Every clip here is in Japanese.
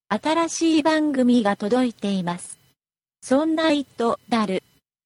新しい番組が届いています。そんな糸だる。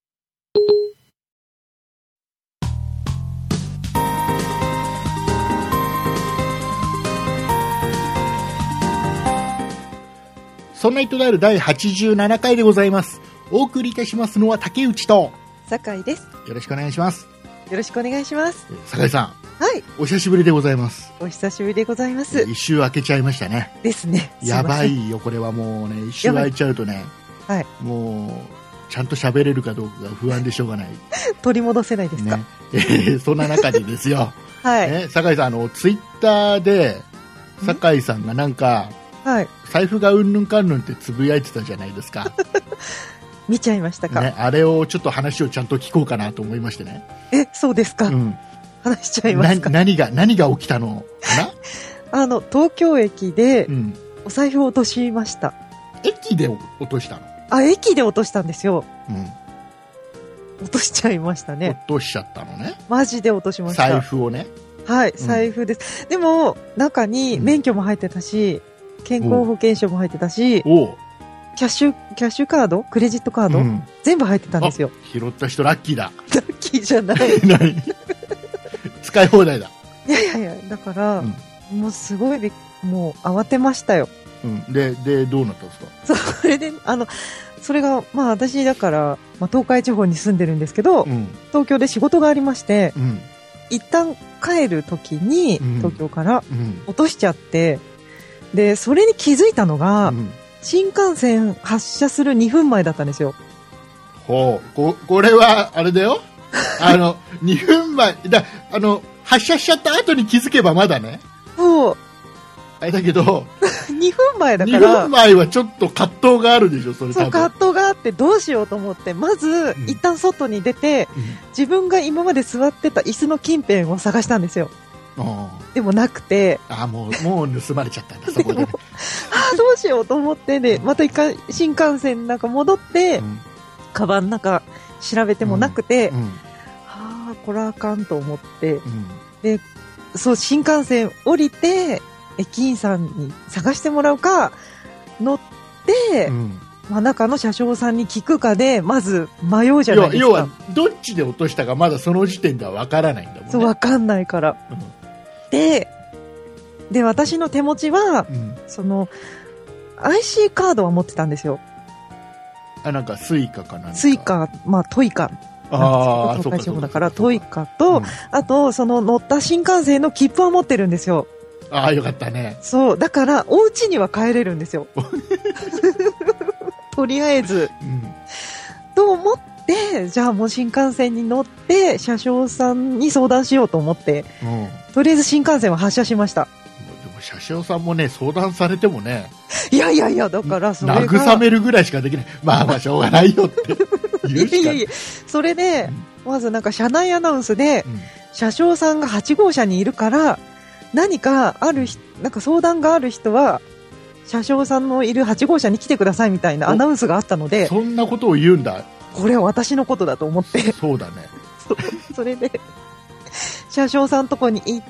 そんな糸である第87回でございます。お送りいたしますのは竹内と酒井です。 よろしくお願いします。 よろしくお願いします。 酒井さん、 はい、 お久しぶりでございます。 お久しぶりでございます。 一周空けちゃいましたね。 ですね。 やばいよこれは。もうね、一周空いちゃうとね、 はい、 もうちゃんと喋れるかどうかが不安でしょうがない取り戻せないですか、 ね。そんな中でですよ、 はい、 ね、酒井さん、ツイッターで酒井さんがなんか、 はい、 財布がうんぬんかんぬんってつぶやいてたじゃないですか。 見ちゃいましたか、 ね、あれをちょっと話をちゃんと聞こうかなと思いましてね。 そうですか、うん、話しちゃいますか。 何が起きたのかな。 東京駅でお財布を落としました。 駅で落としたの？ 駅で落としたんですよ、 うん、 落としちゃいましたね。 落としちゃったのね。 マジで落としました。 財布をね。 はい、財布です、でも中に免許も入ってたし、健康保険証も入ってたし、キャッシュカード、クレジットカード、全部入ってたんですよ。 拾った人ラッキーだ。 ラッキーじゃない。 使い放題だ。 いや、だから、もうすごい、もう慌てましたよ。 で、どうなったんですか？ それで、それが、私だから、東海地方に住んでるんですけど、東京で仕事がありまして、一旦帰る時に、東京から落としちゃって、で、それに気づいたのが、新幹線発車する2分前だったんですよ。 これは、あれだよ。2分前、発車しちゃった後に気づけばまだね。 そう。 あれだけど、 2分前だから。 2分前はちょっと葛藤があるでしょ、それ。 そう、葛藤があってどうしようと思って、まず、一旦外に出て、自分が今まで座ってた椅子の近辺を探したんですよ。でもなくて、 もう盗まれちゃったんだ、そこで、ね。 どうしようと思って、ね、また一回新幹線なんか戻って、カバンなんか調べてもなくて、これはあかんと思って、で、そう新幹線降りて駅員さんに探してもらうか乗って、中の車掌さんに聞くかでまず迷うじゃないですか。 要はどっちで落としたかまだその時点では分からないんだもんね。 そう、分かんないから。で、私の手持ちは、その IC カードは持ってたんですよ。 なんかスイカかなんか。 スイカ、トイカ。東海地方だからトイカと、あとその乗った新幹線の切符は持ってるんですよ。 よかったね。 そう、だからお家には帰れるんですよ。とりあえず、と思って、じゃあもう新幹線に乗って車掌さんに相談しようと思って、とりあえず新幹線は発車しましでた。 も車掌さんもね、相談されてもね、 いやだからそれが慰めるぐらいしかできない。しょうがないよって言うしかない。 それで、まずなんか車内アナウンスで、車掌さんが8号車にいるから何かなんか相談がある人は車掌さんのいる8号車に来てくださいみたいなアナウンスがあったので、 そんなことを言うんだ。 これは私のことだと思って。 そうだね。 それで車掌さんのとこに行って、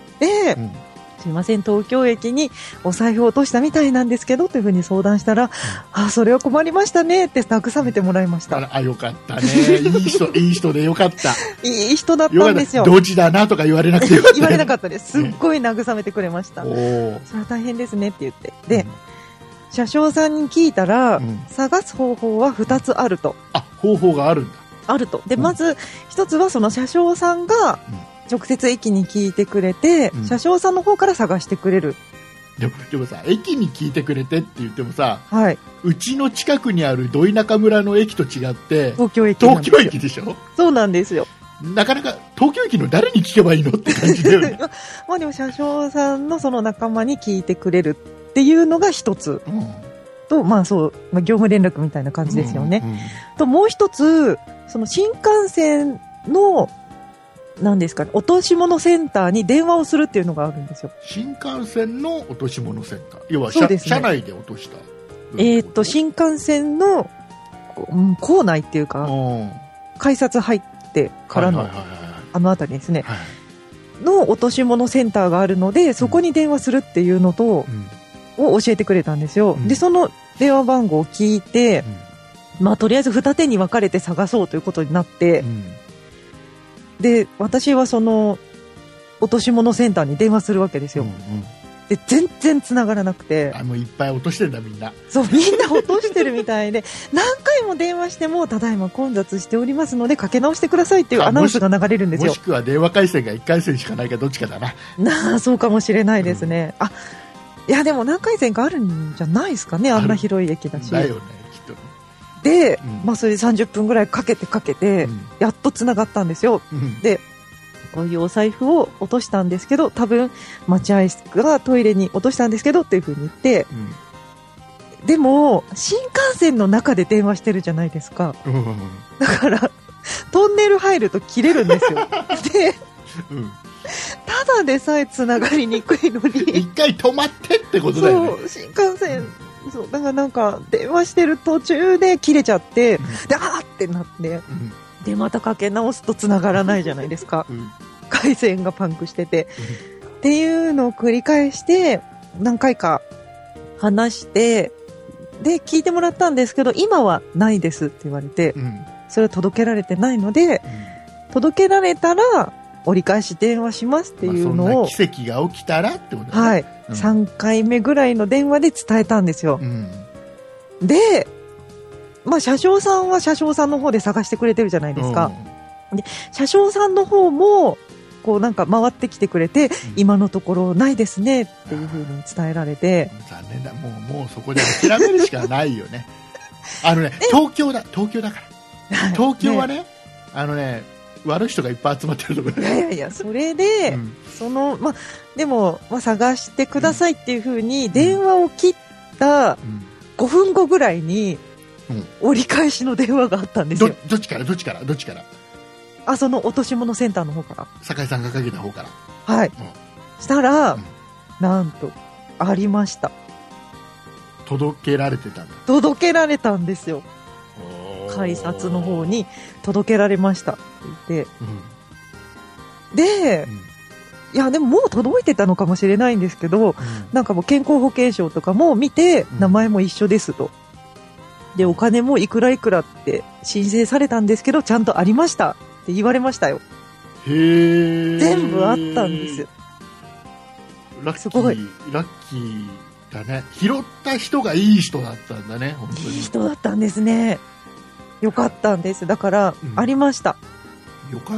すいません、東京駅にお財布を落としたみたいなんですけどというふうに相談したら、それは困りましたねって慰めてもらいました。 よかったね。いい人でよかった。 いい人だったんですよ。 ドジだなとか言われなくてよかった。 言われなかったです。すっごい慰めてくれました。それは大変ですねって言って。で、車掌さんに聞いたら、探す方法は2つあると。 方法があるんだ。 あると。で、まず1つはその車掌さんが、直接駅に聞いてくれて、車掌さんの方から探してくれる。 でもさ、駅に聞いてくれてって言ってもさ、 うちの近くにある土井中村の駅と違って東京駅でしょ。 そうなんですよ。 なかなか東京駅の誰に聞けばいいのって感じだよね。 でも車掌さんのその仲間に聞いてくれるっていうのが一つ、と、業務連絡みたいな感じですよね。と、もう一つ、その新幹線の何ですかね、落とし物センターに電話をするっていうのがあるんですよ。 新幹線の落とし物センター、要はそうですね、 車内で落とした。 新幹線の構内っていうか、改札入ってからの辺りですね、の落とし物センターがあるので、そこに電話するっていうのと、 を教えてくれたんですよ。で、その電話番号を聞いて、とりあえず二手に分かれて探そうということになって、で、私はその、落とし物センターに電話するわけですよ。で、全然繋がらなくて。 もういっぱい落としてんだ、みんな。 そう、みんな落としてるみたいで、何回も電話しても、ただいま混雑しておりますので、かけ直してくださいっていうアナウンスが流れるんですよ。 もしくは電話回線が1回線しかないかどっちかだな。 そうかもしれないですね。いや、でも何回線かあるんじゃないですかね、あんな広い駅だし。 だよね、きっとね。 で、それで30分ぐらいかけて、やっと繋がったんですよ。で、こういうお財布を落としたんですけど、多分、待合室がトイレに落としたんですけどっていう風に言って、でも、新幹線の中で電話してるじゃないですか。だから、トンネル入ると切れるんですよ。で、ただでさえ繋がりにくいのに。 一回止まってってことだよね。 そう、新幹線、そう、だからなんか、電話してる途中で切れちゃって、で、ってなって、で、またかけ直すと繋がらないじゃないですか。回線がパンクしてて。っていうのを繰り返して、何回か話して、で、聞いてもらったんですけど、今はないですって言われて、それは届けられてないので、届けられたら、折り返し電話しますっていうのを。 そんな奇跡が起きたらってことだね。 はい。3回目ぐらいの電話で伝えたんですよ。で、車掌さんは車掌さんの方で探してくれてるじゃないですか。で、車掌さんの方も、こうなんか回ってきてくれて、今のところないですねっていう風に伝えられて。 残念だ。もうそこで諦めるしかないよね。東京だから。東京はね、悪い人がいっぱい集まってるところ。 いや、それで、でも、探してくださいっていう風に、電話を切った5分後ぐらいに、折り返しの電話があったんですよ。 どっちからその落とし物センターの方から。 酒井さんがかけた方から。 はい。したら、なんと、ありました。 届けられてたんだ。 届けられたんですよ。改札の方に届けられましたって言って。で、いや、でももう届いてたのかもしれないんですけど、なんかもう健康保険証とかも見て、名前も一緒ですと。で、お金もいくらいくらって申請されたんですけど、ちゃんとありましたって言われましたよ。 へー。 全部あったんですよ。 ラッキーだね。拾った人がいい人だったんだね、本当に。 いい人だったんですね。よかったんです。だから、ありました。 よかった。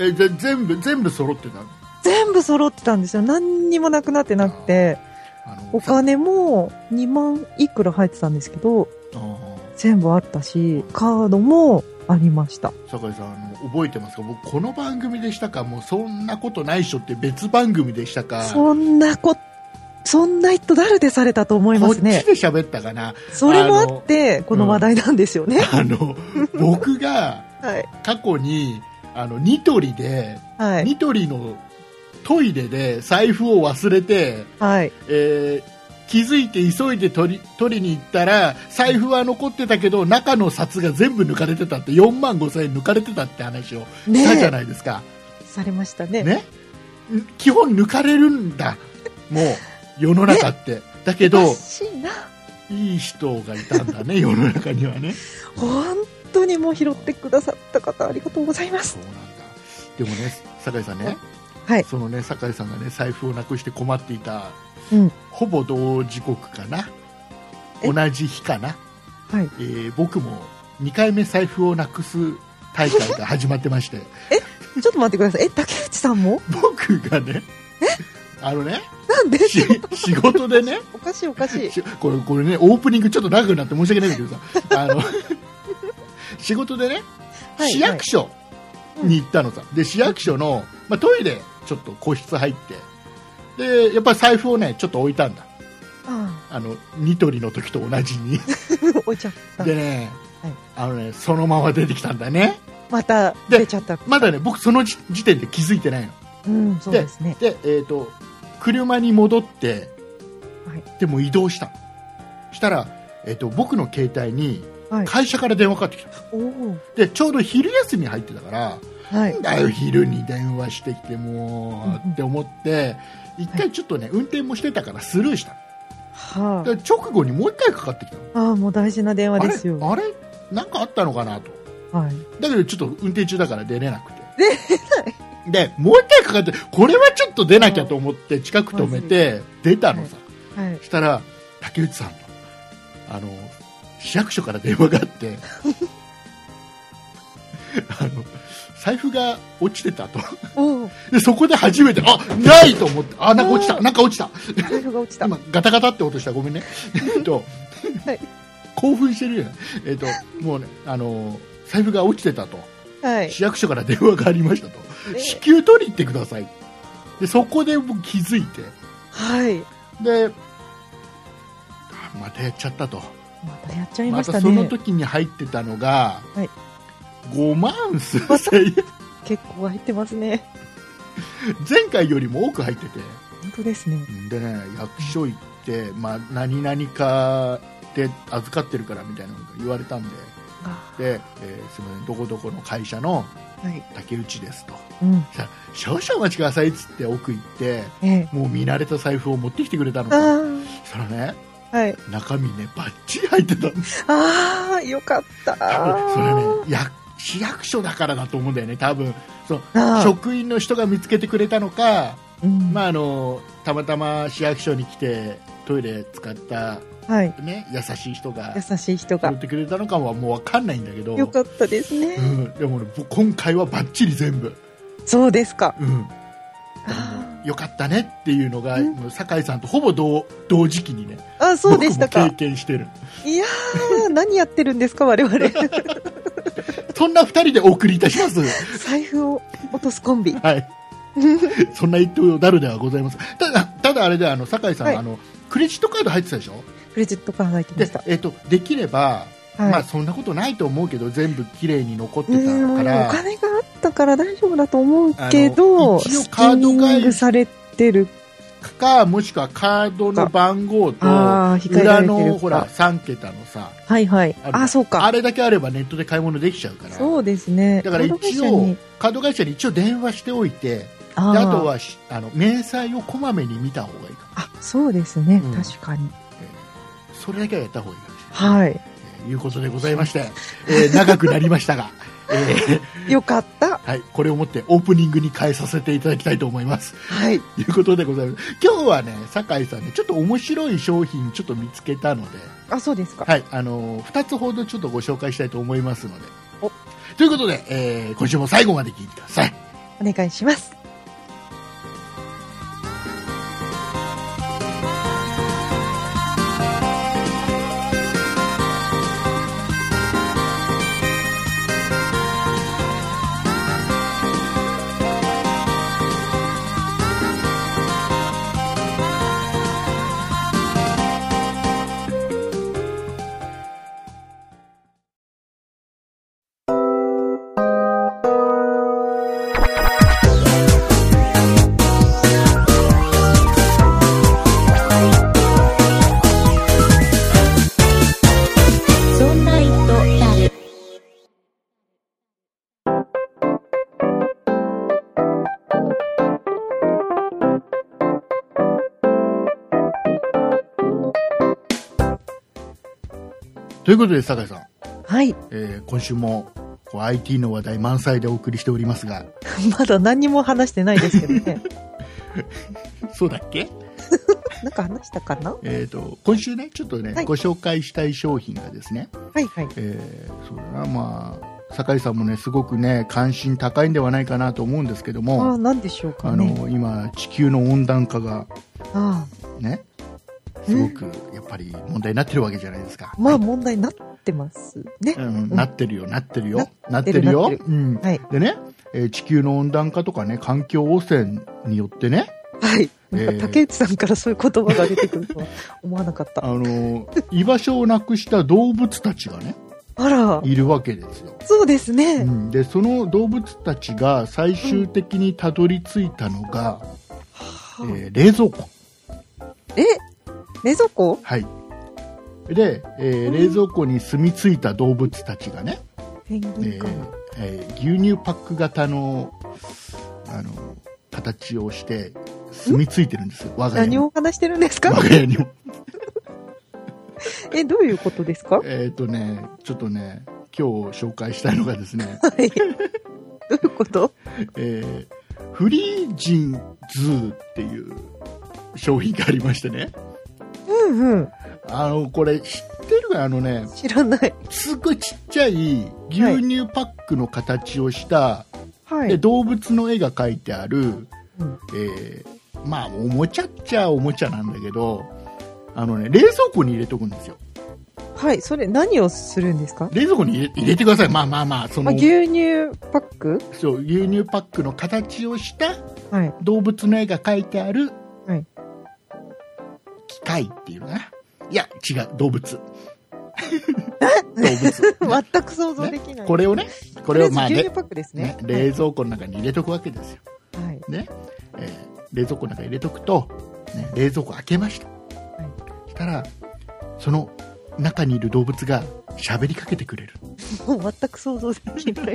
じゃ全部揃ってたの？ 全部揃ってたんですよ。何にもなくなってなくて、お金も2万いくら入ってたんですけど、全部あったし、カードもありました。 酒井さん、覚えてますか？僕、この番組でしたか、もうそんなことないっしょって別番組でしたか？ そんな人誰でされたと思いますね。 こっちで喋ったかな。 それもあって、この話題なんですよね。 僕が、過去に、ニトリで、ニトリのトイレで財布を忘れて、気づいて急いで取りに行ったら、財布は残ってたけど、中の札が全部抜かれてたって、4万5千円抜かれてたって話をしたじゃないですか。 されましたね。 ね。基本抜かれるんだ。もう、世の中って。だけど、いい人がいたんだね、世の中にはね。 本当にもう拾ってくださった方、ありがとうございます。 そうなんだ。でもね、酒井さんね、そのね、酒井さんがね、財布をなくして困っていた、ほぼ同時刻かな、同じ日かな、僕も2回目財布をなくす大会が始まってましてちょっと待ってください。竹内さんも？ 僕がね、 なんで仕事でね、 おかしいこれね、オープニングちょっと長くなって申し訳ないんだけどさ、仕事でね、市役所に行ったのさ。で、市役所の、トイレちょっと個室入って、で、やっぱり財布をね、ちょっと置いたんだ。ニトリの時と同じに置いちゃった。 でね、そのまま出てきたんだね。 また出ちゃった。 まだね、僕その時点で気づいてないの。 そうですね。 で、車に戻って、でも移動した。したら、僕の携帯に会社から電話かかってきた。で、ちょうど昼休み入ってたから、なんだよ、昼に電話してきてもうって思って、一回ちょっとね、運転もしてたからスルーした。 はあ、直後にもう一回かかってきた。 ああ、もう大事な電話ですよ。 あれなんかあったのかなと。 はい。 だけどちょっと運転中だから出れなくて。 出れない。 で、もう一回かかって、これはちょっと出なきゃと思って近く止めて出たのさ。はい。したら、竹内さんと、市役所から電話があって、財布が落ちてたと。で、そこで初めて、ないと思って、なんか落ちた。 財布が落ちた。 今、ガタガタって音した。ごめんね。 はい、 興奮してるよね。もうね、財布が落ちてたと。 はい。 市役所から電話がありましたと。至急取り行ってください。で、そこで僕気づいて。 はい。 で、またやっちゃったと。 またやっちゃいましたね。 またその時に入ってたのが、 はい。 5万数千円。 結構入ってますね。 前回よりも多く入ってて。 本当ですね。 でね、役所行って、何々かで預かってるからみたいなのが言われたんで、で、すみません、どこどこの会社の竹内ですと。少々お待ちくださいっつって奥行って、もう見慣れた財布を持ってきてくれたのか。そしたらね、 はい、 中身ね、バッチリ入ってたんです。 ああ、よかった。 それね、市役所だからだと思うんだよね、多分。職員の人が見つけてくれたのか、たまたま市役所に来てトイレ使った、ね、優しい人が取ってくれたのかはもう分かんないんだけど。 よかったですね。 でも、ね、今回はバッチリ全部。 そうですか。 よかったねっていうのが、酒井さんとほぼ同時期にね、 そうでしたか。 僕も経験してる。 いやー、何やってるんですか我々。 そんな2人でお送りいたします。 財布を落とすコンビ。 はい。そんな一刀なるではございます。ただあれで酒井さん、クレジットカード入ってたでしょ。 クレジットカード入ってました。 できれば、そんなことないと思うけど全部きれいに残ってたから、 お金があったから大丈夫だと思うけど、 一応カード会社されてるか、もしくはカードの番号と裏のほら3桁のさ、 そうか、 あれだけあればネットで買い物できちゃうから。 そうですね。 だから一応カード会社に一応電話しておいて、あとは明細をこまめに見た方がいいかも。 そうですね、確かに。 それだけはやった方がいいかもしれない。 はい。 いうことでございまして、長くなりましたが、 よかった。 はい、これをもってオープニングに変えさせていただきたいと思います。 はい。 いうことでございます。今日はね、酒井さんね、ちょっと面白い商品ちょっと見つけたので、 そうですか。 はい、2つほどちょっとご紹介したいと思いますので。ということで、今週も最後まで聞いてください。 お願いします。 ということで酒井さん、 はい、 今週もIT の話題満載でお送りしておりますがまだ何も話してないですけどね。 そうだっけ？ なんか話したかな？ 今週ねちょっとね、ご紹介したい商品がですね、そうだな、酒井さんもねすごくね関心高いんではないかなと思うんですけども、 何でしょうかね。 今地球の温暖化がねすごくやっぱり問題になってるわけじゃないですか。 問題になってますね。 なってるよ。でね、地球の温暖化とかね、環境汚染によってね。 はい。竹内さんからそういう言葉が出てくるとは思わなかった。 居場所をなくした動物たちがね、いるわけですよ。 そうですね。 で、その動物たちが最終的にたどり着いたのが、冷蔵庫。冷蔵庫？はい。で、冷蔵庫に住み着いた動物たちがね、 ペンギンかな、 牛乳パック型の形をして住み着いてるんですよ。我が家に。 何を話してるんですか？ 我が家にも。 どういうことですか？ ちょっとね、今日紹介したいのがですね。 はい。どういうこと？ フリージンズーっていう商品がありましてね。 うんうん。 これ知ってるか？ 知らない。 すっごいちっちゃい牛乳パックの形をした、 はい、 で動物の絵が描いてある、 うん、 まあおもちゃっちゃおもちゃなんだけど、冷蔵庫に入れとくんですよ。 はい、それ何をするんですか？ 冷蔵庫に入れてください。まあ牛乳パック？ そう、牛乳パックの形をした、 はい、 動物の絵が描いてある、 はい、 機械っていうのかな。いや違う、動物。 動物全く想像できない、 ね、これをまあ牛乳パックですね。 冷蔵庫の中に入れとくわけですよ。 はい。 ね、冷蔵庫の中に入れとくと、ね、冷蔵庫開けました。はい。そしたらその中にいる動物が喋りかけてくれる。 もう全く想像できない。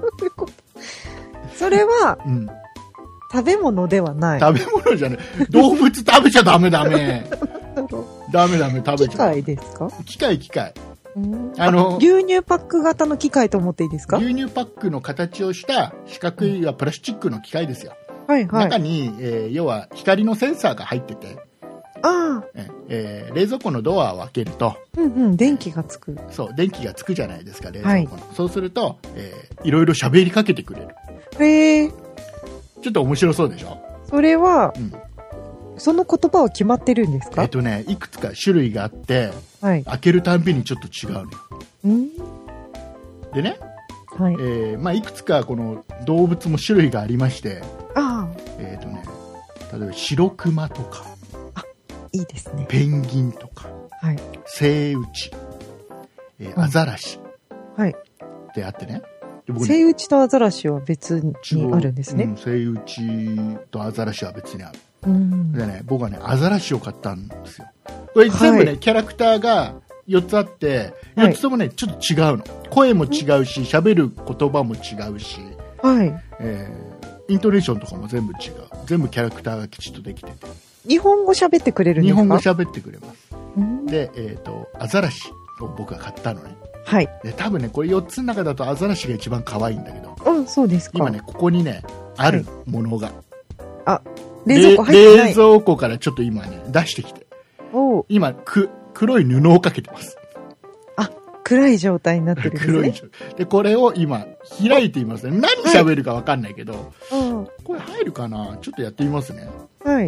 それは、うん、食べ物ではない。 食べ物じゃない。動物食べちゃダメ。ダメ食べちゃ。 機械ですか？ 機械。 牛乳パック型の機械と思っていいですか？ 牛乳パックの形をした四角いプラスチックの機械ですよ。 はいはい。 中に、要は光のセンサーが入ってて、冷蔵庫のドアを開けると、 電気がつく。 そう、電気がつくじゃないですか、冷蔵庫の。はい、そうすると、いろいろ喋りかけてくれる。 へー。 ちょっと面白そうでしょ？ それは、その言葉は決まってるんですか？ いくつか種類があって、はい、開けるたんびにちょっと違うのよ。でね、はい、まあ、いくつかこの動物も種類がありまして、例えば白クマとか、 いいですね。 ペンギンとか、 はい、 セイウチ、アザラシ、はい、であってね。 セイウチとアザラシは別にあるんですね。 セイウチとアザラシは別にある。でね、僕はね、アザラシを買ったんですよ。これ全部ね、キャラクターが4つあって、4つともね、ちょっと違うの。声も違うし、喋る言葉も違うし、 はい。 イントネーションとかも全部違う。全部キャラクターがきちっとできてて。 日本語喋ってくれるんですか？ 日本語喋ってくれます。で、アザラシを僕が買ったのね。 はい。 で、多分ね、これ4つの中だとアザラシが一番可愛いんだけど。 そうですか。 今ね、ここにね、あるものが。 冷蔵庫入ってない。 冷蔵庫からちょっと今ね、出してきて。今、黒い布をかけてます。 暗い状態になってるんですね。黒い状態。で、これを今、開いていますね。何喋るか分かんないけど。これ入るかな？ちょっとやってみますね。 はい。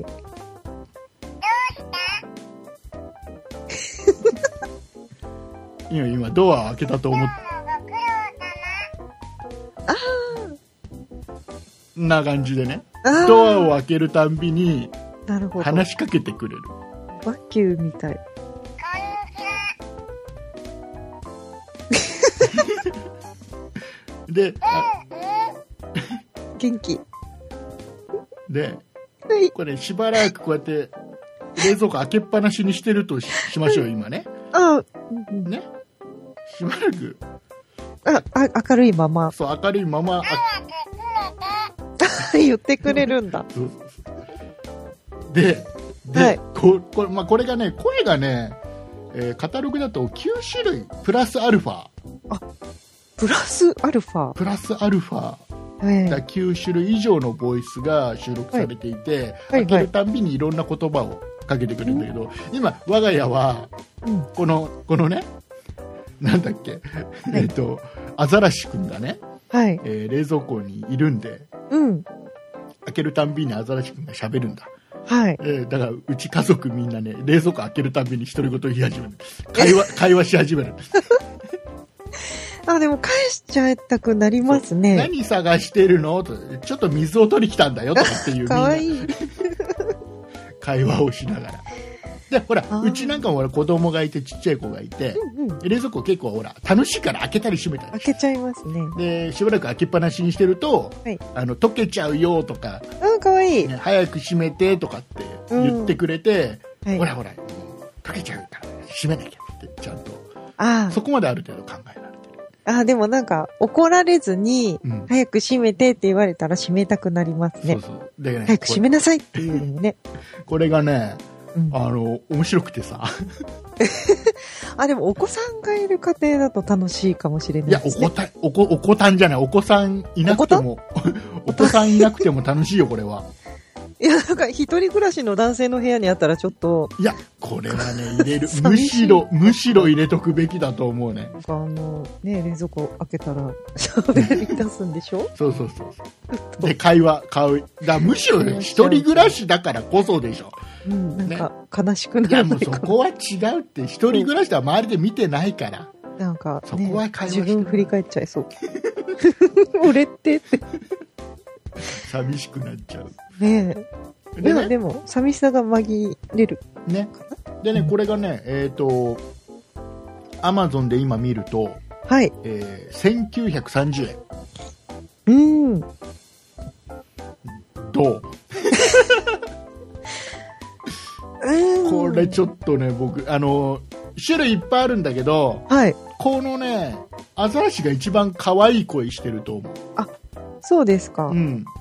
今、ドアを開けたと思って。な感じでね。ドアを開けるたんびに話しかけてくれる。 バキューみたい。 で、 元気。 で、これしばらくこうやって冷蔵庫開けっぱなしにしてると しましょう、今ね。ね。しばらく。 明るいまま。 そう、明るいまま。 言ってくれるんだ。 で、これがね、声がね、カタログだと9種類プラスアルファ。 プラスアルファ。 プラスアルファ。9種類以上のボイスが収録されていて、開けるたんびにいろんな言葉をかけてくれるんだけど、今我が家は、このね、なんだっけ、アザラシくんがね、冷蔵庫にいるんで、開けるたんびにアザラシくんが喋るんだ。 はい。 だからうち家族みんなね、冷蔵庫開けるたんびに独り言言い始める。会話し始める。 でも返しちゃいたくなりますね。 何探してるのと、ちょっと水を取り来たんだよとかっていう。 かわいい。 会話をしながら。で、ほら、うちなんかもほら子供がいてちっちゃい子がいて、冷蔵庫結構ほら、楽しいから開けたり閉めたり。 開けちゃいますね。 で、しばらく開けっぱなしにしてると、溶けちゃうよとか、 かわいい、 早く閉めてとかって言ってくれて、ほらほら、溶けちゃうから閉めなきゃってちゃんと、そこまである程度考えられてる。 でもなんか怒られずに、早く閉めてって言われたら閉めたくなりますね。 そうそう。でね、 早く閉めなさいっていうのもね。 これがね、 面白くてさ。 でもお子さんがいる家庭だと楽しいかもしれないですね。 いや、お子さんじゃない、お子さんいなくても、お子さんいなくても楽しいよ、これは。 いや、なんか一人暮らしの男性の部屋にあったらちょっと。 いや、これはね、入れる。むしろ入れとくべきだと思うね。 なんか冷蔵庫開けたら喋り出すんでしょそう。で、買う。むしろ一人暮らしだからこそでしょ。 なんか悲しくなる。いや、 もうそこは違うって、一人暮らしでは周りで見てないから。 なんか、 そこは会話して自分振り返っちゃいそう。俺って。 寂しくなっちゃう。 ねえ。でも、寂しさが紛れる。 ね。でね、これがね、Amazon で今見ると、 はい。 1930円。どうこれちょっとね、僕、種類いっぱいあるんだけど、 はい。 このね、アザラシが一番可愛い声してると思う。 あ、そうですか。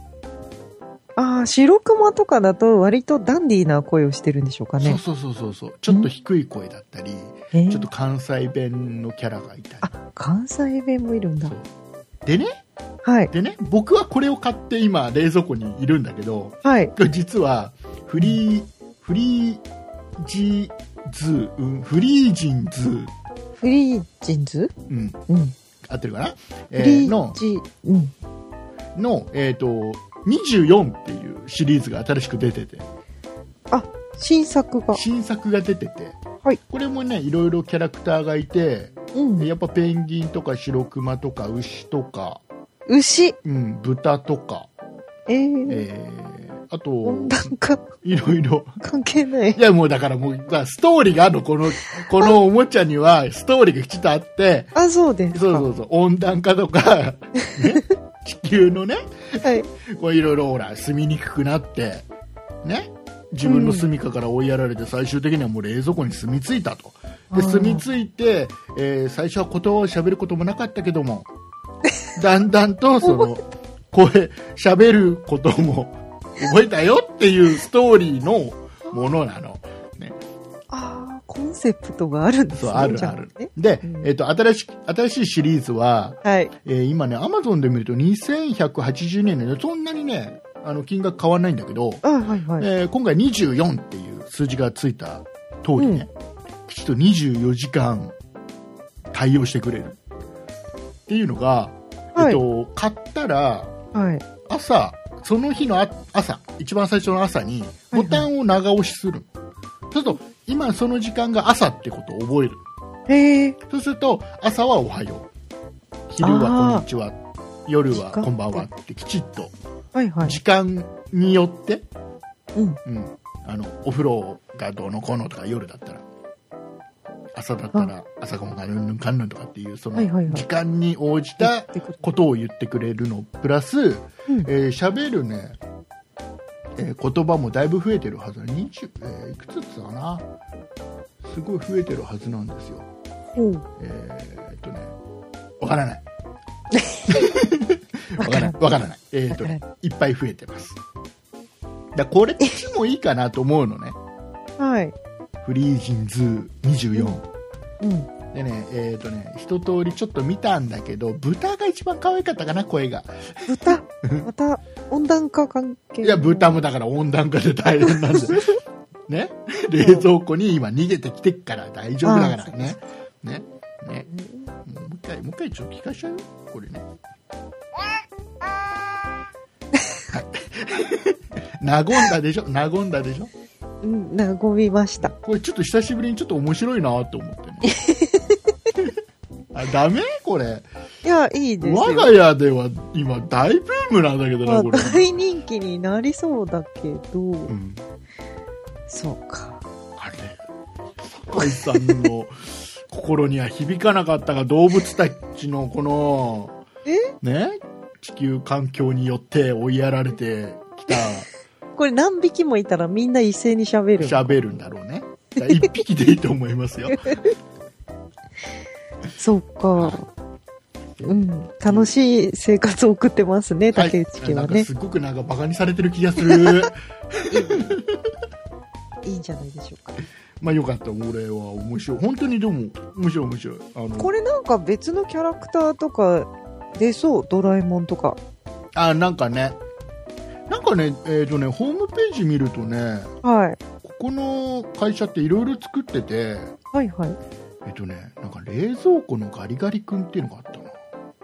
白クマとかだと割とダンディーな声をしてるんでしょうかね。 そう。ちょっと低い声だったり、ちょっと関西弁のキャラがいたり。 関西弁もいるんだ。 でね、 はい。 でね、僕はこれを買って今冷蔵庫にいるんだけど、 はい。 実はフリージンズフリージンズ合ってるかな、 の、 24っていうシリーズが新しく出てて。 新作が出てて。 はい。 これもね、いろいろキャラクターがいて、やっぱペンギンとか白クマとか牛とか。豚とか。あと、 温暖化。 いろいろ。 関係ない。 いや、もうだからストーリーがあるの、このおもちゃにはストーリーがきちっとあって。 そうですか。 そう。温暖化とか、ね、地球のね、 はい。 いろいろほら、住みにくくなって、ね。自分の住処から追いやられて、最終的にはもう冷蔵庫に住み着いたと。で、住み着いて、最初は言葉を喋ることもなかったけども、だんだんと喋ることも覚えたよっていうストーリーのものなの。ね、 コンセプトがあるんですね。 そう、ある。で、新しいシリーズは、 はい。 今ね、Amazon で見ると2180年で、そんなにね、金額変わらないんだけど、今回24っていう数字がついた通りね、きちっと24時間対応してくれるっていうのが、買ったら、その日の朝、一番最初の朝にボタンを長押しする。そうすると、今その時間が朝ってことを覚える。そうすると、朝はおはよう。昼はこんにちは。夜はこんばんはってきちっと。時間によって、お風呂がどうのこうのとか夜だったら、朝だったら朝ごはんがぬんぬんかんぬんとかっていうその時間に応じたことを言ってくれるのプラス喋るね、言葉もだいぶ増えてるはず、いくつかな、すごい増えてるはずなんですよ。わからないわからない。いっぱい増えてます。これもいいかなと思うのね。 はい。 フリージンズ24。でね、一通りちょっと見たんだけど、豚が一番可愛かったかな、声が。 豚また、温暖化関係。 いや、豚もだから温暖化で大変なんで。ね。冷蔵庫に今逃げてきてっから大丈夫だからね。ね。もう一回ちょっと聞かしちゃうよ、これね。和んだでしょ。 和みました。 これちょっと久しぶりにちょっと面白いなと思ってね。ダメこれ。 いや、いいですよ。 我が家では今大ブームなんだけどな、これ。 大人気になりそうだけど。そうか。 あれ、酒井さんの心には響かなかったが、動物たちのこの、ね、地球環境によって追いやられてきた。 これ何匹もいたらみんな一斉に喋る。 喋るんだろうね。一匹でいいと思いますよ。 そうか。楽しい生活を送ってますね、竹内家はね。 すごくバカにされてる気がする。 いいんじゃないでしょうか。 まあよかった。俺は面白い。本当にでも面白い。 これなんか別のキャラクターとか出そう。ドラえもんとか。 なんかねホームページ見るとね、 はい。 ここの会社っていろいろ作ってて、 はいはい。 なんか冷蔵庫のガリガリ君っていうのがあったな。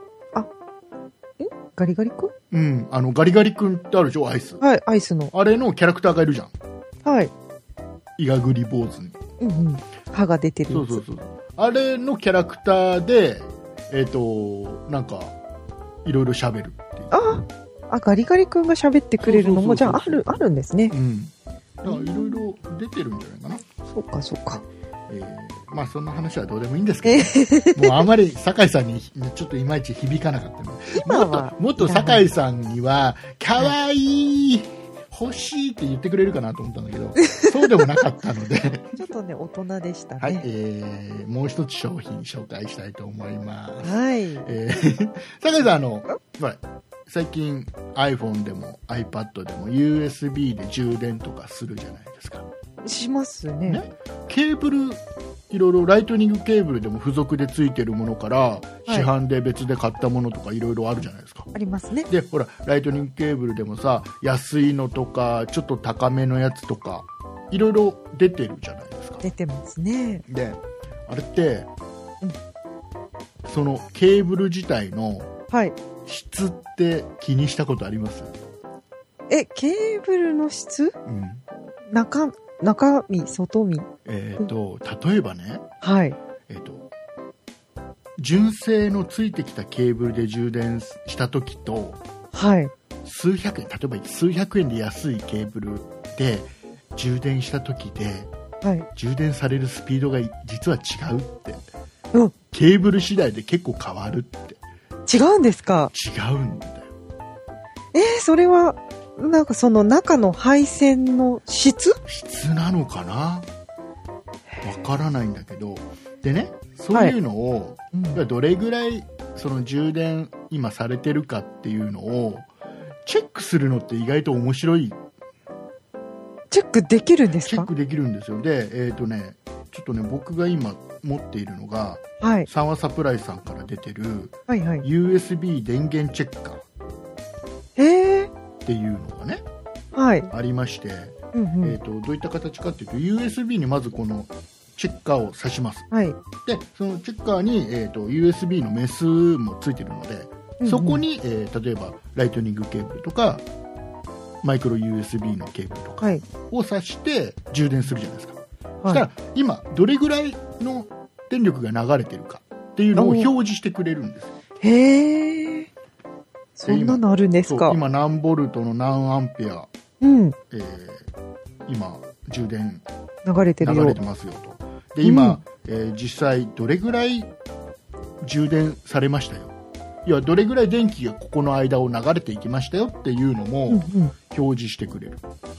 ガリガリ君？ うん、ガリガリ君ってあるでしょ、アイス。 はい、アイスの。 あれのキャラクターがいるじゃん。 はい。 イガグリ坊主に。 うんうん。歯が出てるやつ。 そう。あれのキャラクターで、なんか、いろいろ喋るっていう。 ガリガリ君が喋ってくれるのも、じゃあ、あるんですね。 うん。だから、いろいろ出てるんじゃないかな。 そうか。 まあそんな話はどうでもいいんですけど、もうあまり酒井さんにちょっといまいち響かなかったので、もっと酒井さんには可愛い欲しいって言ってくれるかなと思ったんだけど、そうでもなかったのでちょっとね大人でしたね。 はい、もう一つ商品紹介したいと思います。 はい。 酒井さん最近 iPhone でも iPad でも USB で充電とかするじゃないですか。 しますね。 ケーブルいろいろライトニングケーブルでも付属でついてるものから、市販で別で買ったものとかいろいろあるじゃないですか。 ありますね。 でほらライトニングケーブルでもさ、安いのとかちょっと高めのやつとかいろいろ出てるじゃないですか。 出てますね。 であれって、そのケーブル自体の質って気にしたことあります？ ケーブルの質？中身、外身。例えばね、 はい。 純正のついてきたケーブルで充電した時と、 はい。 例えば数百円で安いケーブルで充電した時で、はい、充電されるスピードが実は違うって、ケーブル次第で結構変わるって。 違うんですか？ 違うんだよ。 それはなんかその中の配線の質なのかな、わからないんだけど、でね、そういうのを、どれぐらいその充電今されてるかっていうのをチェックするのって意外と面白い。 チェックできるんですか？ チェックできるんですよ。でちょっとね、僕が今持っているのが、三和サプライさんから出てる、USB 電源チェッカーっていうのがね、ありまして、どういった形かっていうと、 USB にまずこのチェッカーを挿します、でそのチェッカーに、USB のメスもついてるので、そこに、例えばライトニングケーブルとかマイクロ USB のケーブルとかを挿して充電するじゃないですか。そしたら今どれぐらいの電力が流れてるかっていうのを表示してくれるんです。 へー、そんなのあるんですか？ 今何ボルトの何アンペア、今充電流れてますよと。で今、実際どれぐらい充電されましたよ、いやどれぐらい電気がここの間を流れていきましたよっていうのも表示してくれる。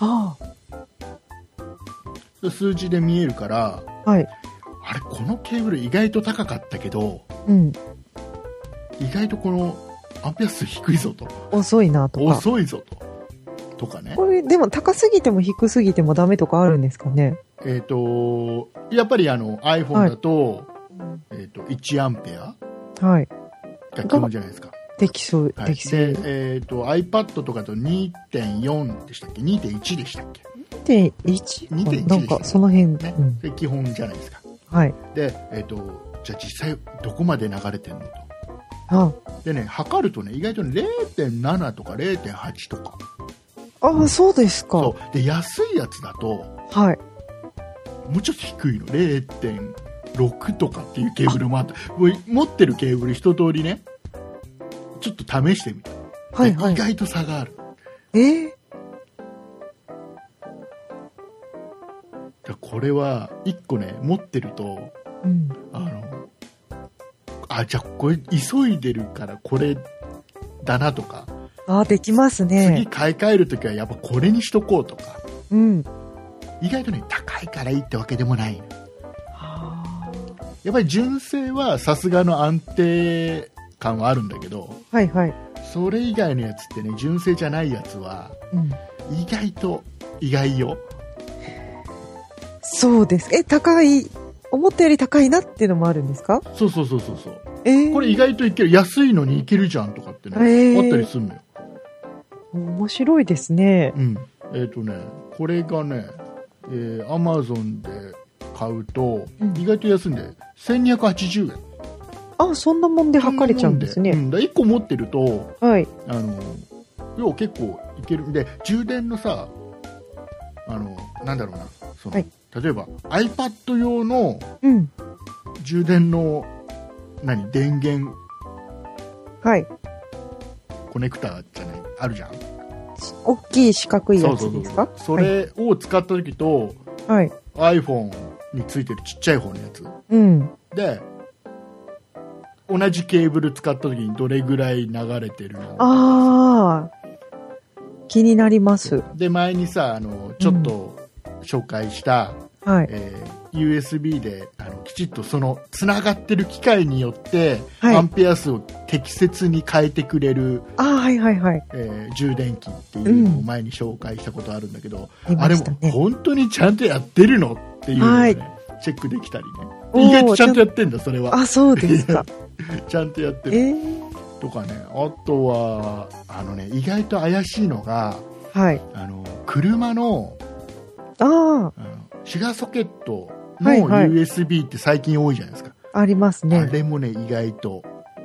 数字で見えるから、あれこのケーブル意外と高かったけど、意外とこのアンペア数低いぞと、 遅いなとか、 遅いぞとかね。 これでも高すぎても低すぎてもダメとかあるんですかね？ やっぱりiPhone だと、1アンペアが基本じゃないですか。 できそう。 で iPad とかだと 2.4 でしたっけ、 2.1 でしたっけ、 2.1 なんかその辺ね、 で基本じゃないですか。で、じゃあ実際どこまで流れてんのと。でね、測るとね、意外と 0.7 とか 0.8 とか。 そうですか。 そうで、安いやつだと、もうちょっと低いの、 0.6 とかっていうケーブルもあった。持ってるケーブル一通りね、ちょっと試してみた。意外と差がある。これは1個ね持ってると、じゃあこれ急いでるからこれだなとか、 できますね。 次買い替えるときはやっぱこれにしとこうとか、意外とね高いからいいってわけでもない。やっぱり純正はさすがの安定感はあるんだけど、それ以外のやつってね、純正じゃないやつは、意外よ。 そうです。高い、思ったより高いなっていうのもあるんですか？ そう。これ意外といける。安いのにいけるじゃんとかってね、あったりするのよ。 面白いですね。 うん。これがね、Amazon で買うと、意外と安いんで、1280円。 あ、そんなもんで測れちゃうんですね。 1個持ってると、 はい。 要は結構いけるんで、充電のさ、なんだろうな、はい、例えば iPad 用の充電の、電源、 はい、 コネクタじゃない、あるじゃん。 大きい四角いやつですか？ それを使った時と、はい、iPhone についてるちっちゃい方のやつ、で同じケーブル使った時にどれぐらい流れてるの？ ああ、気になります。 で、前にさ、ちょっと紹介した、USB できちっとそのつながってる機械によって、アンペア数を適切に変えてくれる、充電器っていうのを前に紹介したことあるんだけど、あれも本当にちゃんとやってるのっていうのをね、チェックできたりね。意外とちゃんとやってんだ、それは。 あ、そうですか。 ちゃんとやってる。とかね、あとは意外と怪しいのが、車のシガーソケットの USB って最近多いじゃないですか。 ありますね。 あれもね、意外と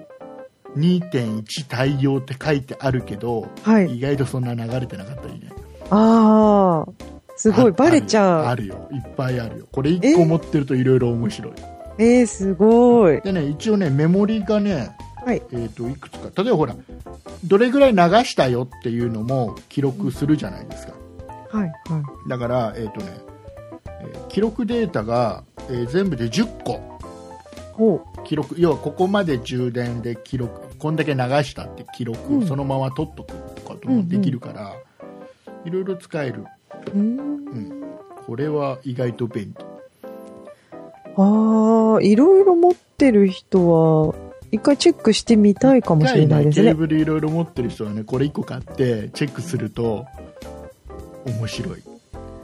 2.1 対応って書いてあるけど、意外とそんな流れてなかったりね。 ああ、すごいバレちゃう。 あるよ、いっぱいあるよ。これ1個持ってるといろいろ面白い。 すごい。 でね、一応ね、メモリがね、いくつか、例えばほら、どれぐらい流したよっていうのも記録するじゃないですか。だから、記録データが、全部で10個記録、要はここまで充電で記録、こんだけ流したって記録をそのまま取っとくとかもできるから、いろいろ使える。これは意外と便利。 いろいろ持ってる人は一回チェックしてみたいかもしれないですね。 ケーブルいろいろ持ってる人はね、これ1個買ってチェックすると面白い。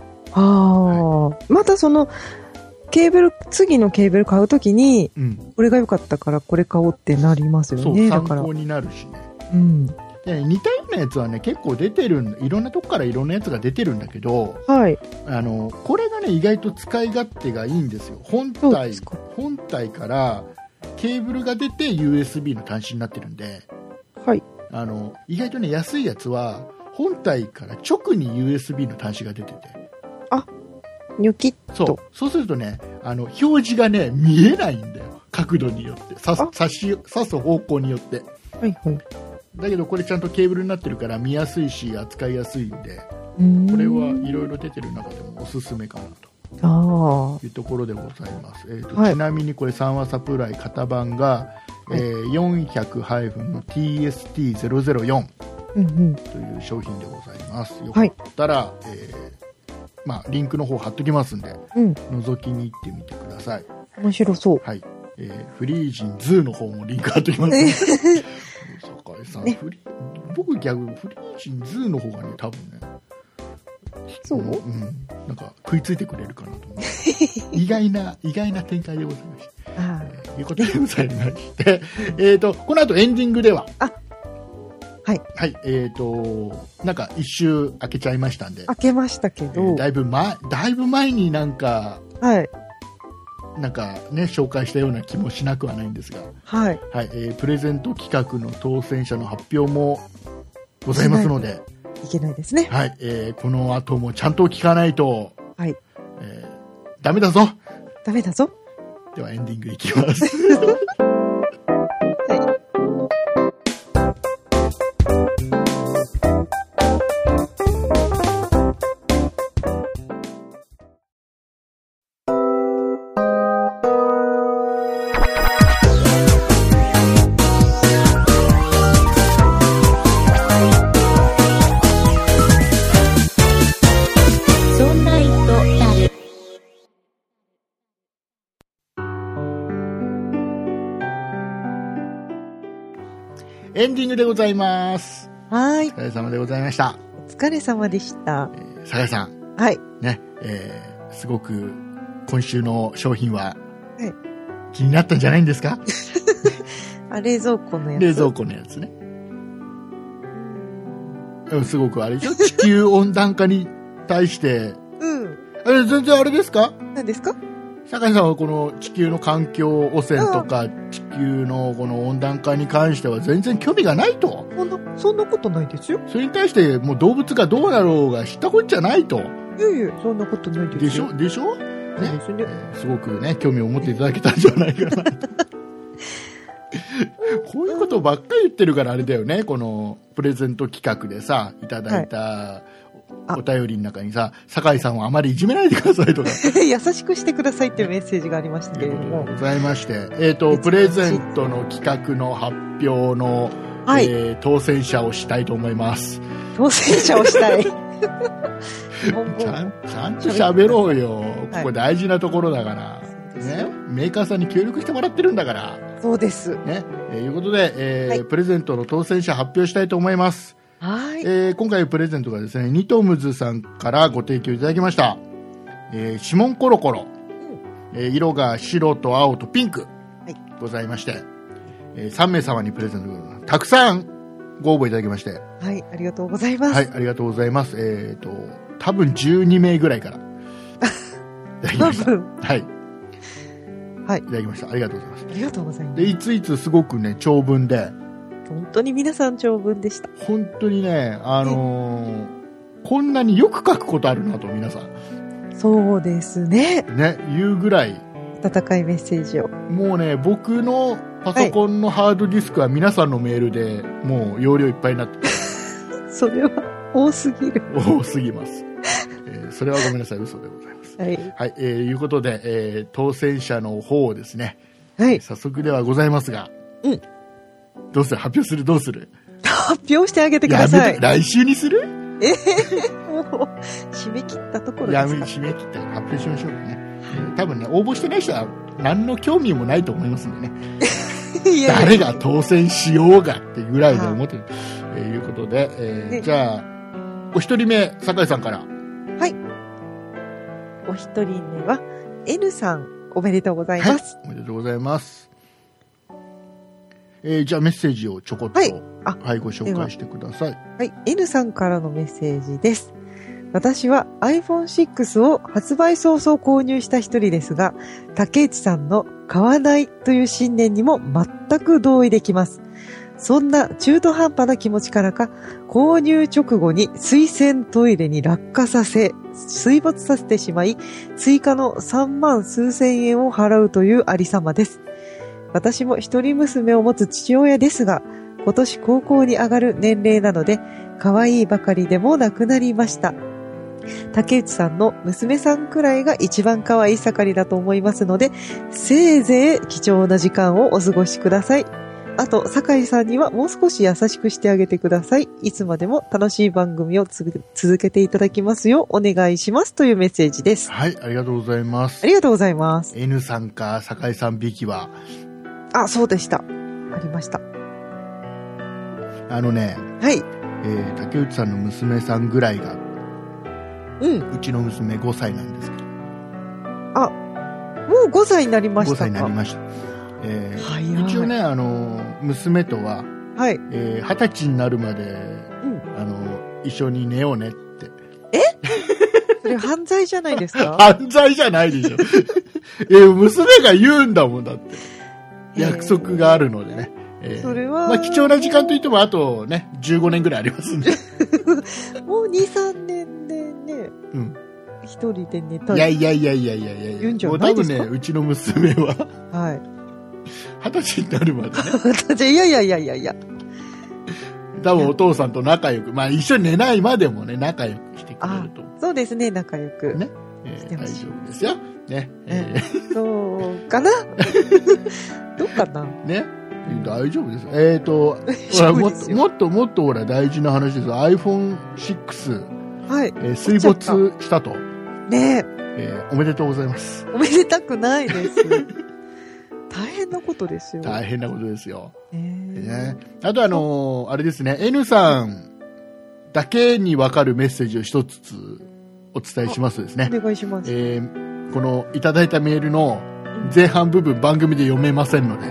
またその次のケーブル買うときに、これが良かったからこれ買おうってなりますよね。 参考になるしね。で、似たようなやつはね、結構出てるいろんなとこからいろんなやつが出てるんだけど、これがね、意外と使い勝手がいいんですよ。本体からケーブルが出て USB の端子になってるんで、意外とね、安いやつは本体から直に USB の端子が出てて、 ニョキッと。 そうするとね、表示がね、見えないんだよ。角度によって、刺す方向によって。だけどこれちゃんとケーブルになってるから見やすいし扱いやすいんで、これはいろいろ出てる中でもおすすめかなというところでございます。ちなみにこれ三和サプライ型番が、400-TST004 という商品でございます。よかったら、リンクの方貼っときますんで、覗きに行ってみてください。 面白そう。 フリージンズーの方もリンク貼っときます、酒井さん、僕逆にフリージンズーの方がね、多分ね、なんか食いついてくれるかなと思う。意外な展開でございました。いうことでございまして、この後エンディングでは、なんか一周開けちゃいましたんで。 開けましたけど。 だいぶ前になんか、なんかね、紹介したような気もしなくはないんですが、プレゼント企画の当選者の発表もございますので、 いけないですね。 この後もちゃんと聞かないと、ダメだぞ。 ダメだぞ。 ではエンディングいきます。エンディングでございます。お疲れ様でございました。 お疲れ様でした。 酒井さん。ね、すごく今週の商品は、気になったんじゃないんですか？ 冷蔵庫のやつ。 冷蔵庫のやつね。すごくあれでしょ？地球温暖化に対して、全然あれですか？ 何ですか？ 酒井さんはこの地球の環境汚染とか、地球のこの温暖化に関しては全然興味がないと。 そんなことないですよ。 それに対してもう動物がどうなろうが知ったこっちゃないと。 いや、そんなことないですよ。 でしょね、 すごくね、興味を持っていただけたんじゃないかな。こういうことばっかり言ってるからあれだよね。このプレゼント企画でさ、いただいたお便りの中にさ、酒井さんをあまりいじめないでくださいとか。 優しくしてくださいっていうメッセージがありましたけれども。 ございまして、プレゼントの企画の発表の、当選者をしたいと思います。 当選者をしたい。ちゃんと喋ろうよ。ここ大事なところだから。ね、メーカーさんに協力してもらってるんだから。 そうです。 ね、いうことで、プレゼントの当選者発表したいと思います。 はい。 今回プレゼントがですね、ニトムズさんからご提供いただきました。指紋コロコロ。色が白と青とピンク。ございまして、3名様にプレゼントたくさんご応募いただきまして。 はい、ありがとうございます。 はい、ありがとうございます。多分12名ぐらいから。いただきました。はい。はい。いただきました。ありがとうございます。 ありがとうございます。 で、いついつすごくね、長文で。 本当に皆さん長文でした。 本当にね、こんなによく書くことあるなと、皆さん。 そうですね。 ね、言うぐらい。 温かいメッセージを。 もうね、僕のパソコンのハードディスクは皆さんのメールでもう容量いっぱいになって。 それは多すぎる。 多すぎます。それはごめんなさい、嘘でございます。はい。はい、いうことで、当選者の方をですね、はい。早速ではございますが、どうする？発表する？どうする？ 発表してあげてください。 来週にする？ もう、締め切ったところですか？ 締め切って発表しましょうね。多分ね、応募してない人は何の興味もないと思いますんでね。誰が当選しようがっていうぐらいで思ってる。いうことで、じゃあ、お一人目、酒井さんから。 はい。お一人目は、N さん、おめでとうございます。 はい、おめでとうございます。じゃあメッセージをちょこっと、はい、ご紹介してください。 はい、N さんからのメッセージです。私は iPhone6 を発売早々購入した一人ですが、竹内さんの買わないという信念にも全く同意できます。そんな中途半端な気持ちからか、購入直後に水洗トイレに落下させ、水没させてしまい、追加の3万数千円を払うというありさまです。私も一人娘を持つ父親ですが、今年高校に上がる年齢なので、可愛いばかりでもなくなりました。竹内さんの娘さんくらいが一番可愛い盛りだと思いますので、せいぜい貴重な時間をお過ごしください。あと、酒井さんにはもう少し優しくしてあげてください。いつまでも楽しい番組を続けていただきますようお願いしますというメッセージです。 はい、ありがとうございます。 ありがとうございます。 N さんか酒井さん引きは。 そうでした。ありました。 はい。竹内さんの娘さんぐらいが、うちの娘5歳なんですけど。 もう5歳になりましたか？ 5歳になりました。一応ね、娘とは、はい。20歳になるまで、一緒に寝ようねって。 それ犯罪じゃないですか？ 犯罪じゃないでしょ。娘が言うんだもんだって。約束があるのでね。 それは。 貴重な時間といっても、あとね、15年ぐらいありますんで。 もう2、3年でね。一人で寝たいや。 言うんじゃないですか？ もう多分ね、うちの娘は。 はい。 20歳になるまでね。 いや。 多分お父さんと仲良く、一緒に寝ないまでもね、仲良くしてくれると。 そうですね、仲良く。 ね。大丈夫ですよ。ね。 そうかなどうかなね。大丈夫です。もっとほら大事な話です。iPhone6。はい。水没したと。 ねおめでとうございます。 おめでたくないです。大変なことですよ。 大変なことですよ。あとあれですね、N さんだけに分かるメッセージを一つお伝えしますですね。 お願いします。 このいただいたメールの前半部分番組で読めませんので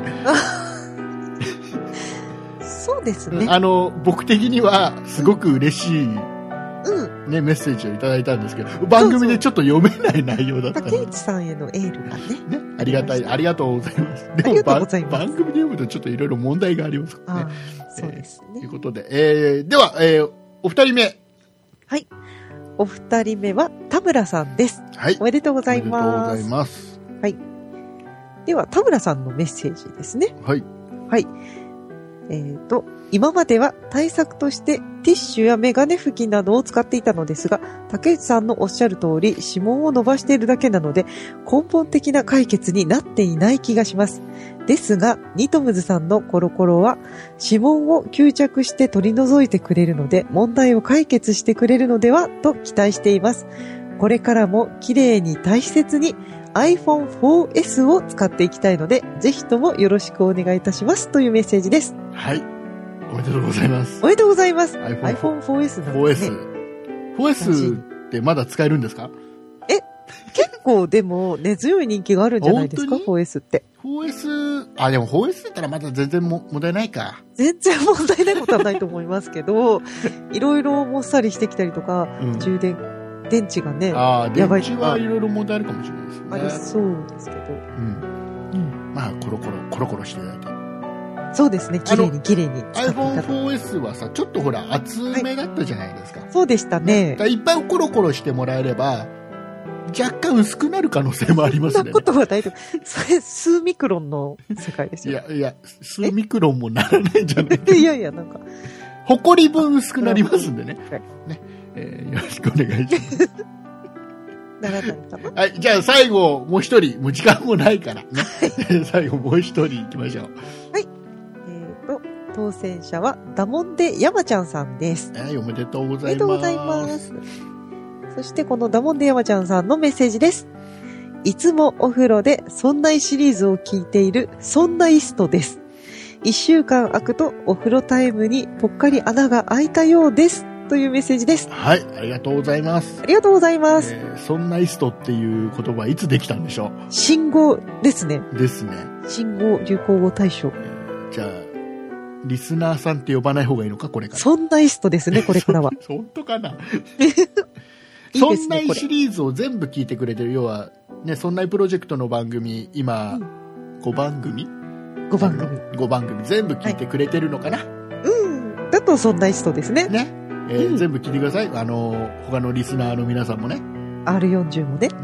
そうですね。 僕的にはすごく嬉しい、ね、メッセージをいただいたんですけど、番組でちょっと読めない内容だったので。 竹内さんへのエールがね。 ありがたい、ありがとうございます。でも番組で読むとちょっといろいろ問題がありますからね。 そうですね。 ということで、では、お二人目。 はい。お二人目は田村さんです。 はい。 おめでとうございます。 おめでとうございます。 はい。では、田村さんのメッセージですね。 はい。 はい。今までは対策としてティッシュやメガネ拭きなどを使っていたのですが、竹内さんのおっしゃる通り指紋を伸ばしているだけなので根本的な解決になっていない気がします。ですが、ニトムズさんのコロコロは指紋を吸着して取り除いてくれるので問題を解決してくれるのではと期待しています。これからも綺麗に大切にiPhone 4S を使っていきたいので、ぜひともよろしくお願いいたしますというメッセージです。 はい。おめでとうございます。 おめでとうございます。 iPhone 4S なんですね。 4S ってまだ使えるんですか？ 結構でも根強い人気があるんじゃないですか 4S って。 4S、でも 4S だったらまだ全然問題ないか。 全然問題ないことはないと思いますけど、いろいろもっさりしてきたりとか、電池がね、 やばい。電池はいろいろ問題あるかもしれないですね。 ありそうですけど。 まあ、コロコロしていただいて。 そうですね、綺麗に。 iPhone 4S はさ、ちょっとほら、厚めだったじゃないですか。 そうでしたね。 いっぱいコロコロしてもらえれば、若干薄くなる可能性もありますね。 そんなことは大丈夫。それ、数ミクロンの世界ですよ。 いや、数ミクロンもならないんじゃないか。 いや、なんか。 ほこり分薄くなりますんでね。よろしくお願いします。 ならないかな。 はい、じゃあ最後、もう一人、もう時間もないからね。最後、もう一人行きましょう。 はい。当選者は、ダモンデ山ちゃんさんです。 はい、おめでとうございます。 おめでとうございます。そしてこのダモンデ山ちゃんさんのメッセージです。いつもお風呂でそんないシリーズを聞いているそんないストです。1週間空くとお風呂タイムにぽっかり穴が開いたようです。というメッセージです。 はい、ありがとうございます。 ありがとうございます。 そんないストっていう言葉いつできたんでしょう？ 新語ですね。 ですね。 新語・流行語大賞。 じゃあ、リスナーさんって呼ばない方がいいのか、これから。 そんないストですね、これからは。 本当かな。そんないシリーズを全部聞いてくれてる。要は、ね、そんないプロジェクトの番組、今、5番組全部聞いてくれてるのかな。 だとそんないストですね。 全部聞いてください。他のリスナーの皆さんもね。 R40 もね。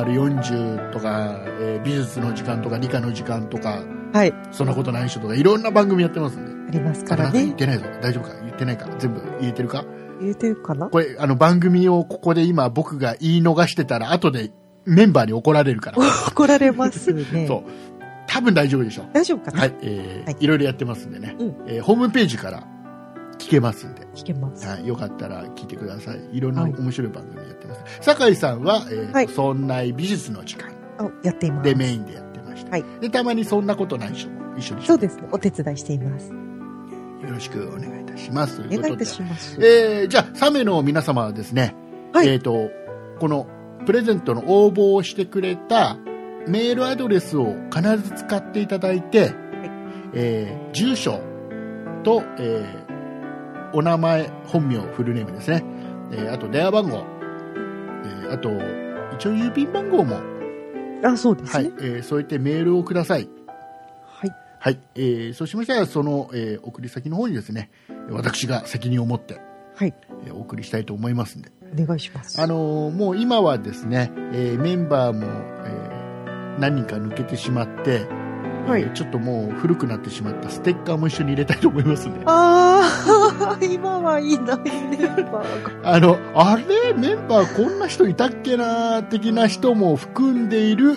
R40 とか、美術の時間とか理科の時間とか、 はい。 そんなことない人とか、いろんな番組やってますんで。 ありますからね。 言ってないぞ。大丈夫か？言ってないか？全部言えてるか？ 言えてるかな？ これ、番組をここで今僕が言い逃してたら、後でメンバーに怒られるから。 怒られますね。 そう。多分大丈夫でしょう。 大丈夫かな？ はい。いろいろやってますんでね。ホームページから聞けますんで。 聞けます。 はい。よかったら聞いてください。いろんな面白い番組やってます。酒井さんは、そんな美術の時間。 やっています。 で、メインでやってました。はい。で、たまにそんなことない人も一緒に。 そうですね。お手伝いしています。 よろしくお願いいたします。 お願いいたします。 じゃあ、3名の皆様はですね、このプレゼントの応募をしてくれたメールアドレスを必ず使っていただいて、住所と、お名前、本名、フルネームですね。あと電話番号、あと一応郵便番号も、 そうですね。 はい、そうやってメールをください。はい。そうしましたら、その、送り先の方にですね、私が責任を持って、お送りしたいと思いますんで。 お願いします。 もう今はですね、メンバーも、何人か抜けてしまって、ちょっともう古くなってしまったステッカーも一緒に入れたいと思いますんで。 今はいないメンバーが。 あれメンバーこんな人いたっけな的な人も含んでいる、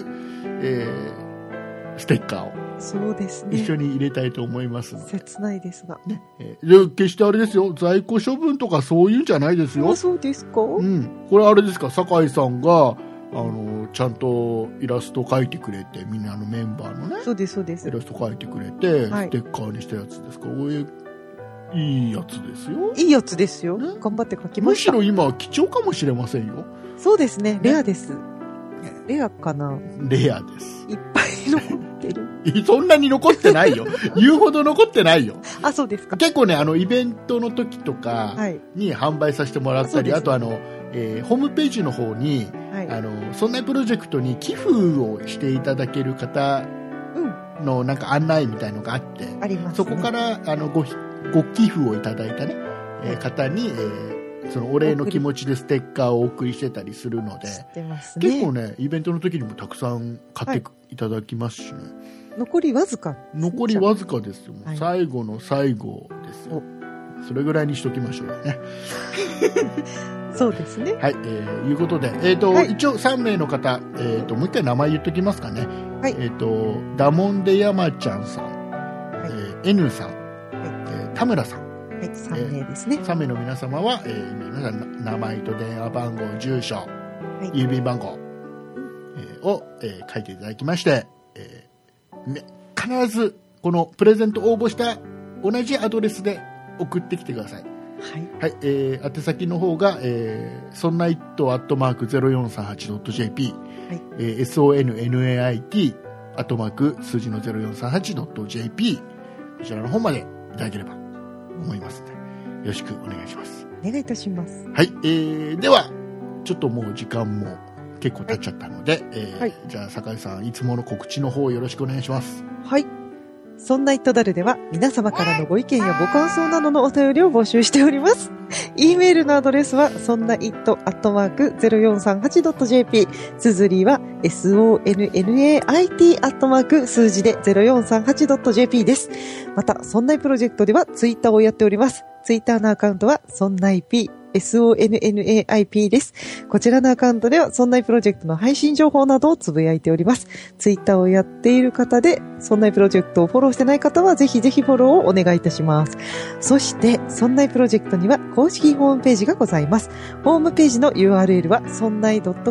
ステッカーを。 そうですね。 一緒に入れたいと思いますので。 切ないですが。 ね。決してあれですよ。在庫処分とかそういうんじゃないですよ。 そうですか？ これあれですか、酒井さんが、ちゃんとイラスト描いてくれて、みんなメンバーのね。 そうです、そうです。 イラスト描いてくれて、ステッカーにしたやつですか。いいやつですよ。 いいやつですよ。頑張って描きました。 むしろ今、貴重かもしれませんよ。 そうですね。レアです。 レアかな。 レアです。 いっぱい残ってる。 そんなに残ってないよ。言うほど残ってないよ。 あ、そうですか。 結構ね、イベントの時とかに販売させてもらったり、はい、あとホームページの方に、はい、そんなプロジェクトに寄付をしていただける方のなんか案内みたいのがあって、ありますね、そこからご寄付をいただいたね、方に、そのお礼の気持ちでステッカーをお送りしてたりするので、結構ねイベントの時にもたくさん買っていただきますしね、はい、 残りわずかですよ、はい、最後の最後ですよ。それぐらいにしときましょうね。 そうですね。 はい、いうことで、はい、一応3名の方、もう一回名前言っときますかね。はい、ダモンデヤマちゃんさん、はい、N さん、はい、田村さん、 はい、3名ですね。 3名の皆様は、皆さん名前と電話番号、住所、はい、郵便番号、を、書いていただきまして、必ずこのプレゼント応募した同じアドレスで送ってきてください。はい、はい、宛先の方が、sonnait@0438.jp、はい、sonnait 数字の 0438.jp こちらの方までいただければ思いますので、よろしくお願いします。 お願いいたします。 はい、ではちょっともう時間も結構経っちゃったので、はい、じゃあ酒井さんいつもの告知の方よろしくお願いします。 はい、そんなイットダルでは皆様からのご意見やご感想などのお便りを募集しております。e メールのアドレスはそんな it@0438.jp、 綴りは sonnait 数字で 0438.jp です。またそんないプロジェクトではツイッターをやっております。ツイッターのアカウントはそんない P SONNAIP です。こちらのアカウントではそんないプロジェクトの配信情報などをつぶやいております。ツイッターをやっている方でそんないプロジェクトをフォローしてない方はぜひぜひフォローをお願いいたします。そしてそんないプロジェクトには公式ホームページがございます。ホームページの URL はそんない .com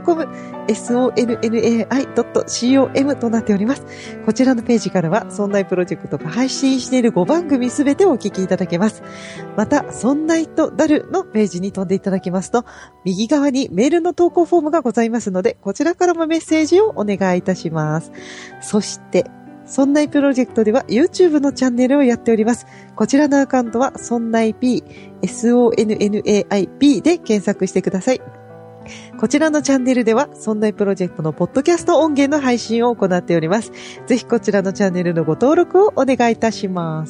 sonnai.com となっております。こちらのページからはそんないプロジェクトが配信している5番組すべてお聞きいただけます。またそんないとダルのページに飛んでいただきますと、右側にメールの投稿フォームがございますので、こちらからもメッセージをお願いいたします。そして、そんないプロジェクトでは YouTube のチャンネルをやっております。こちらのアカウントはそんない P、SONNAIP で検索してください。こちらのチャンネルではそんないプロジェクトのポッドキャスト音源の配信を行っております。ぜひこちらのチャンネルのご登録をお願いいたします。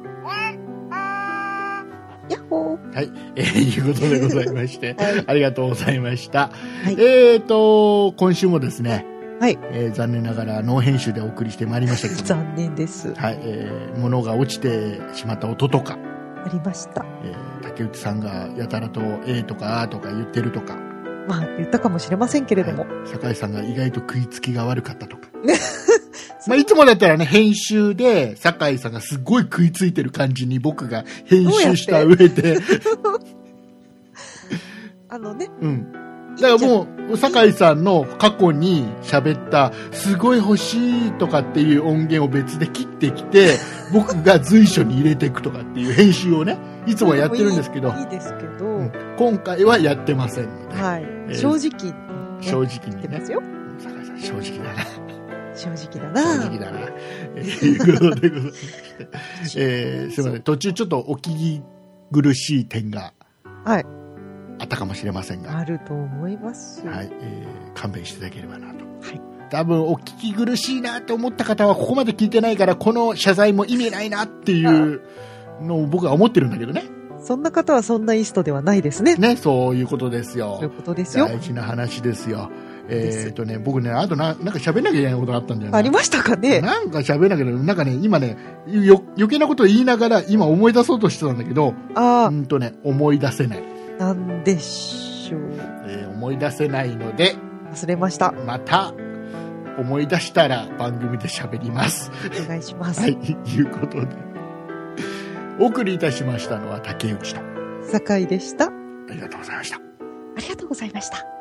やっほー。 はい、いうことでございまして、はい、ありがとうございました。はい、今週もですね、はい、残念ながらノー編集でお送りしてまいりましたけど、 残念です。 はい、物が落ちてしまった音とかありました。 竹内さんがやたらととかあとか言ってるとか、 まあ言ったかもしれませんけれども、はい、 酒井さんが意外と食いつきが悪かったとか。まあいつもだったらね、編集で酒井さんがすごい食いついてる感じに僕が編集した上でね、 うん、だからもう酒井さんの過去に喋ったすごい欲しいとかっていう音源を別で切ってきて僕が随所に入れていくとかっていう編集をねいつもやってるんですけど、 いいですけど、 今回はやってませんので、 はい、正直にね、 酒井さん正直だな正直だな。 正直だな。いうことでございまして。すいません。途中ちょっとお聞き苦しい点が。はい。あったかもしれませんが。 あると思います。 はい。勘弁していただければなと。はい。多分お聞き苦しいなと思った方はここまで聞いてないからこの謝罪も意味ないなっていうのを僕は思ってるんだけどね。 そんな方はそんなイストではないですね。 ね、そういうことですよ。 そういうことですよ。 大事な話ですよ。僕ね、あとなんか喋んなきゃいけないことがあったんだよね。 ありましたかね。 なんか喋んなきゃいけない。なんかね、今ね、余計なことを言いながら、今思い出そうとしてたんだけど、思い出せない。 なんでしょう。 思い出せないので、 忘れました。 また、思い出したら番組で喋ります。 お願いします。 はい、いうことで。お送りいたしましたのは竹内と酒井でした。ありがとうございました。 ありがとうございました。